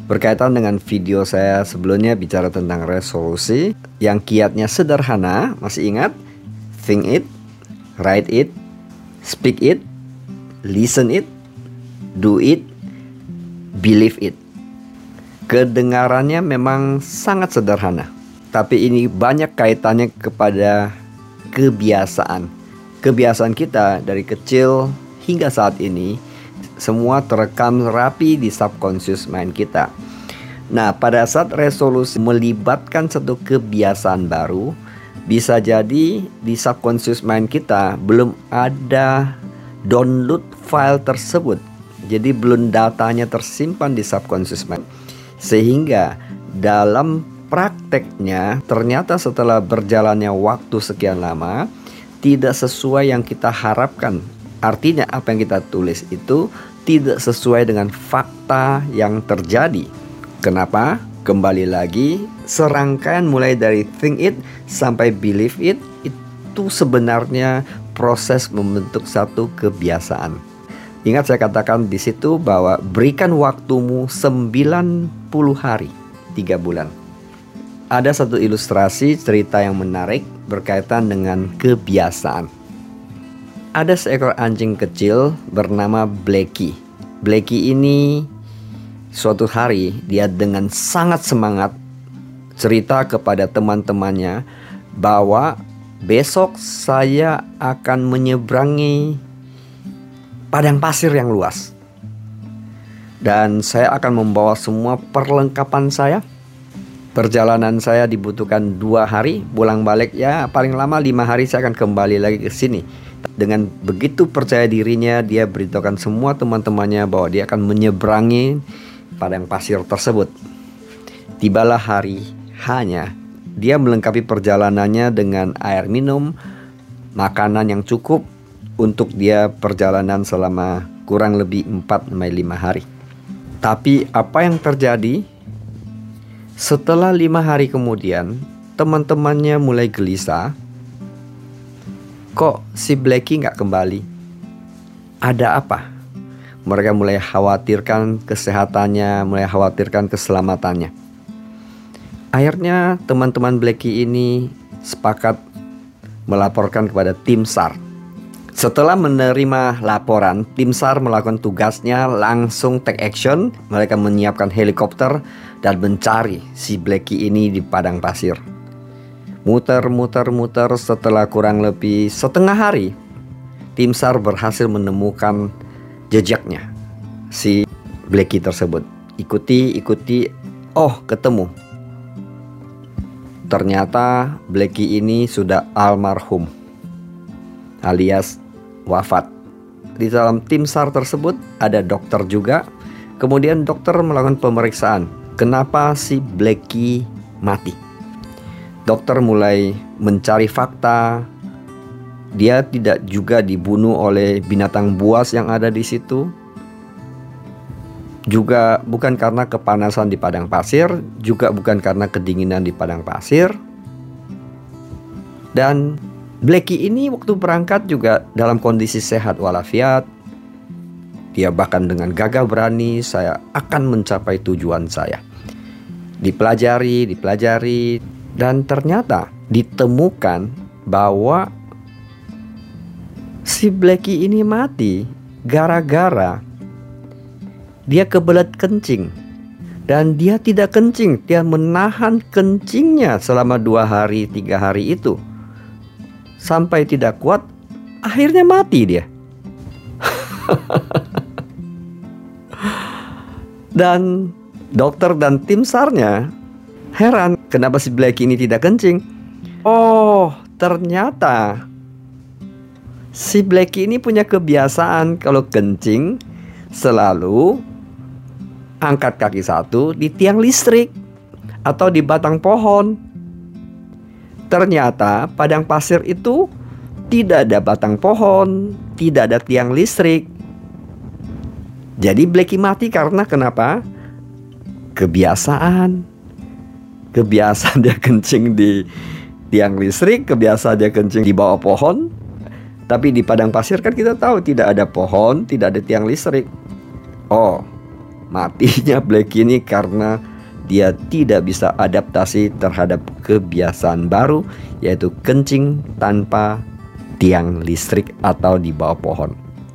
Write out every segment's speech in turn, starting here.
Berkaitan dengan video saya sebelumnya bicara tentang resolusi yang kiatnya sederhana, masih ingat? Think it, write it, speak it, listen it, do it, believe it. Kedengarannya memang sangat sederhana, tapi ini banyak kaitannya kepada kebiasaan. Kebiasaan kita dari kecil hingga saat ini semua terekam rapi di subconscious mind kita. Nah, pada saat resolusi melibatkan satu kebiasaan baru, bisa jadi di subconscious mind kita belum ada download file tersebut. Jadi belum datanya tersimpan di subconscious mind. Sehingga dalam prakteknya ternyata setelah berjalannya waktu sekian lama tidak sesuai yang kita harapkan. Artinya apa yang kita tulis itu tidak sesuai dengan fakta yang terjadi. Kenapa? Kembali lagi, serangkaian mulai dari think it sampai believe it itu sebenarnya proses membentuk satu kebiasaan. Ingat saya katakan di situ bahwa berikan waktumu 90 hari, 3 bulan. Ada satu ilustrasi cerita yang menarik berkaitan dengan kebiasaan. Ada seekor anjing kecil bernama Blackie. Blackie ini suatu hari dia dengan sangat semangat cerita kepada teman-temannya bahwa besok saya akan menyeberangi padang pasir yang luas. Dan saya akan membawa semua perlengkapan saya. Perjalanan saya dibutuhkan 2 hari, pulang balik ya paling lama 5 hari saya akan kembali lagi ke sini. Dengan begitu percaya dirinya, dia beritahukan semua teman-temannya bahwa dia akan menyeberangi padang pasir tersebut. Tibalah hari hanya dia melengkapi perjalanannya dengan air minum, makanan yang cukup untuk dia perjalanan selama kurang lebih 4-5 hari. Tapi apa yang terjadi? Setelah 5 hari kemudian, teman-temannya mulai gelisah. Kok si Blackie nggak kembali? Ada apa? Mereka mulai khawatirkan kesehatannya, mulai khawatirkan keselamatannya. Akhirnya teman-teman Blackie ini sepakat melaporkan kepada tim SAR. Setelah menerima laporan, tim SAR melakukan tugasnya, langsung take action. Mereka menyiapkan helikopter dan mencari si Blackie ini di padang pasir. Muter setelah kurang lebih setengah hari, tim SAR berhasil menemukan jejaknya si Blackie tersebut. Ikuti, oh ketemu. Ternyata Blackie ini sudah almarhum alias wafat. Di dalam tim SAR tersebut ada dokter juga. Kemudian dokter melakukan pemeriksaan. Kenapa si Blackie mati? Dokter mulai mencari fakta. Dia tidak juga dibunuh oleh binatang buas yang ada di situ. Juga bukan karena kepanasan di padang pasir, juga bukan karena kedinginan di padang pasir. Dan Blackie ini waktu berangkat juga dalam kondisi sehat walafiat. Dia bahkan dengan gagah berani, saya akan mencapai tujuan saya. Dipelajari, dan ternyata ditemukan bahwa si Blackie ini mati gara-gara dia kebelet kencing. Dan dia tidak kencing, dia menahan kencingnya selama 2 hari, 3 hari itu. Sampai tidak kuat, akhirnya mati dia. Dan dokter dan tim SAR-nya heran, kenapa si Blackie ini tidak kencing? Oh, ternyata si Blackie ini punya kebiasaan kalau kencing selalu angkat kaki satu di tiang listrik atau di batang pohon. Ternyata padang pasir itu tidak ada batang pohon, tidak ada tiang listrik. Jadi Blackie mati karena kenapa? Kebiasaan dia kencing di tiang listrik, kebiasaan dia kencing di bawah pohon. Tapi di padang pasir kan kita tahu tidak ada pohon, tidak ada tiang listrik. Oh, Matinya Blackie ini karena dia tidak bisa adaptasi terhadap kebiasaan baru, yaitu kencing tanpa tiang listrik atau di bawah pohon.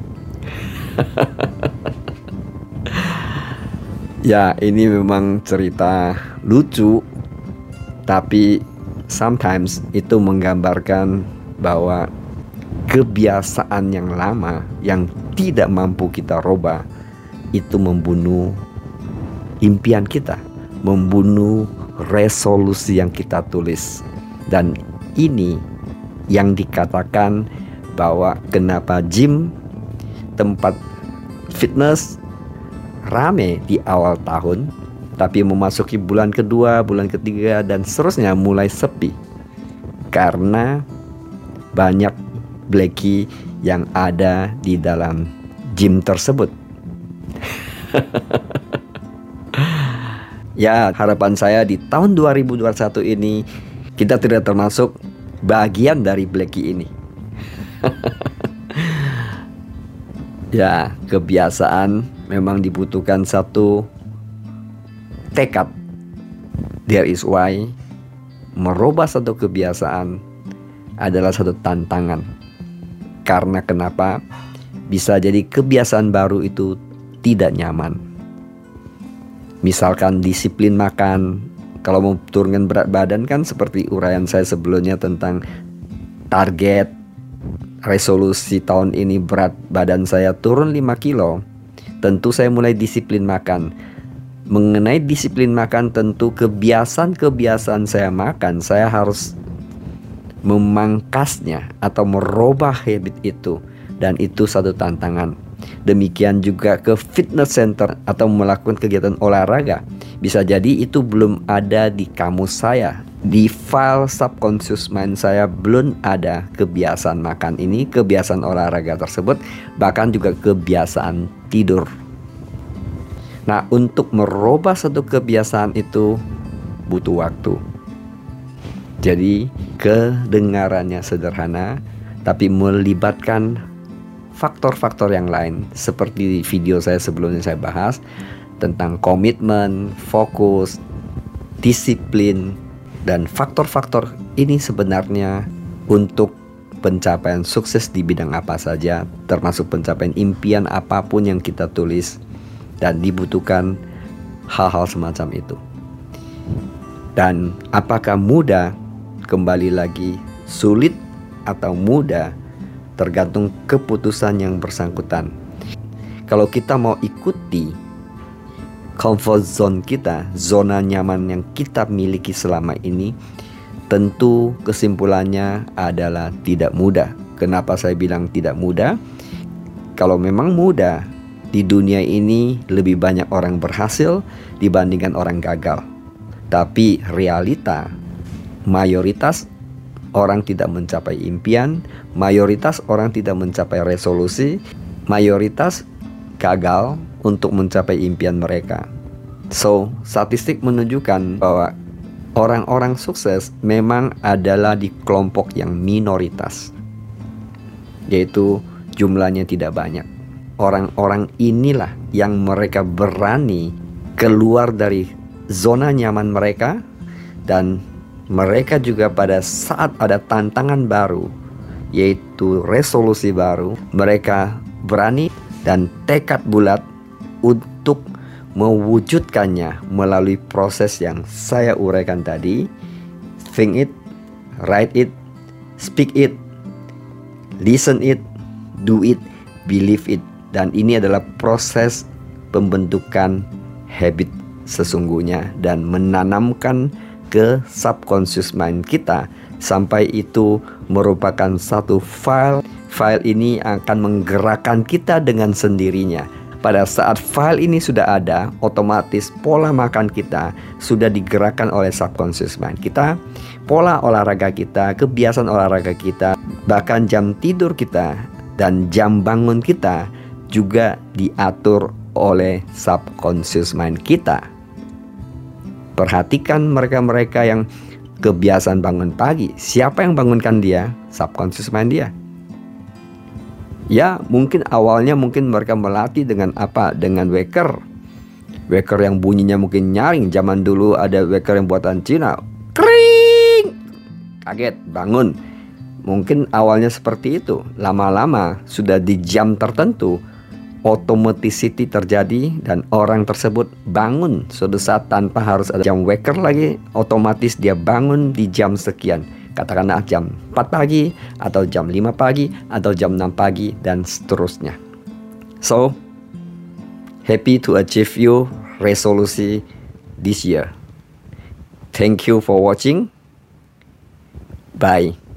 Ya, ini memang cerita lucu, tapi sometimes itu menggambarkan bahwa kebiasaan yang lama yang tidak mampu kita rubah itu membunuh impian kita, membunuh resolusi yang kita tulis. Dan ini yang dikatakan bahwa kenapa gym, tempat fitness rame di awal tahun, tapi memasuki bulan kedua, bulan ketiga, dan seterusnya mulai sepi. Karena banyak Blackie yang ada di dalam gym tersebut. Ya, harapan saya di tahun 2021 ini kita tidak termasuk bagian dari Blackie ini. Ya, kebiasaan memang dibutuhkan satu tekad. There is why merubah satu kebiasaan adalah satu tantangan. Karena kenapa? Bisa jadi kebiasaan baru itu tidak nyaman. Misalkan disiplin makan. Kalau mau turunkan berat badan kan seperti uraian saya sebelumnya tentang target resolusi tahun ini, berat badan saya turun 5 kilo. Tentu saya mulai disiplin makan. Mengenai disiplin makan, tentu kebiasaan saya makan, saya harus memangkasnya atau merubah habit itu. Dan itu satu tantangan. Demikian juga ke fitness center atau melakukan kegiatan olahraga. Bisa jadi itu belum ada di kamus saya. Di file subconscious mind saya belum ada kebiasaan makan ini, kebiasaan olahraga tersebut, bahkan juga kebiasaan tidur. Nah, untuk merubah satu kebiasaan itu butuh waktu. Jadi kedengarannya sederhana, tapi melibatkan faktor-faktor yang lain. Seperti video saya sebelumnya saya bahas tentang komitmen, fokus, disiplin. Dan faktor-faktor ini sebenarnya untuk pencapaian sukses di bidang apa saja, termasuk pencapaian impian apapun yang kita tulis, dan dibutuhkan hal-hal semacam itu. Dan apakah mudah? Kembali lagi, sulit atau mudah tergantung keputusan yang bersangkutan. Kalau kita mau ikuti comfort zone kita, zona nyaman yang kita miliki selama ini, tentu kesimpulannya adalah tidak mudah. Kenapa saya bilang tidak mudah? Kalau memang mudah, di dunia ini lebih banyak orang berhasil dibandingkan orang gagal. Tapi realita, mayoritas orang tidak mencapai impian, mayoritas orang tidak mencapai resolusi, mayoritas gagal untuk mencapai impian mereka. So, statistik menunjukkan bahwa orang-orang sukses memang adalah di kelompok yang minoritas, yaitu jumlahnya tidak banyak. Orang-orang inilah yang mereka berani keluar dari zona nyaman mereka, dan mereka juga pada saat ada tantangan baru, yaitu resolusi baru, mereka berani dan tekad bulat untuk mewujudkannya melalui proses yang saya uraikan tadi. Think it, write it, speak it, listen it, do it, believe it. Dan ini adalah proses pembentukan habit sesungguhnya dan menanamkan ke subconscious mind kita sampai itu merupakan satu file. File ini akan menggerakkan kita dengan sendirinya. Pada saat file ini sudah ada, otomatis pola makan kita sudah digerakkan oleh subconscious mind kita, pola olahraga kita, kebiasaan olahraga kita, bahkan jam tidur kita dan jam bangun kita juga diatur oleh subconscious mind kita. Perhatikan mereka-mereka yang kebiasaan bangun pagi. Siapa yang bangunkan dia? Subconscious mind dia. Ya, mungkin awalnya mereka melatih dengan apa? Dengan waker. Waker yang bunyinya mungkin nyaring. Zaman dulu ada waker yang buatan Cina, kering, kaget, bangun. Mungkin awalnya seperti itu. Lama-lama sudah di jam tertentu, automaticity terjadi dan orang tersebut bangun suatu saat tanpa harus ada jam waker lagi. Otomatis dia bangun di jam sekian. Katakanlah jam 4 pagi, atau jam 5 pagi, atau jam 6 pagi, dan seterusnya. So, happy to achieve your resolution this year. Thank you for watching. Bye.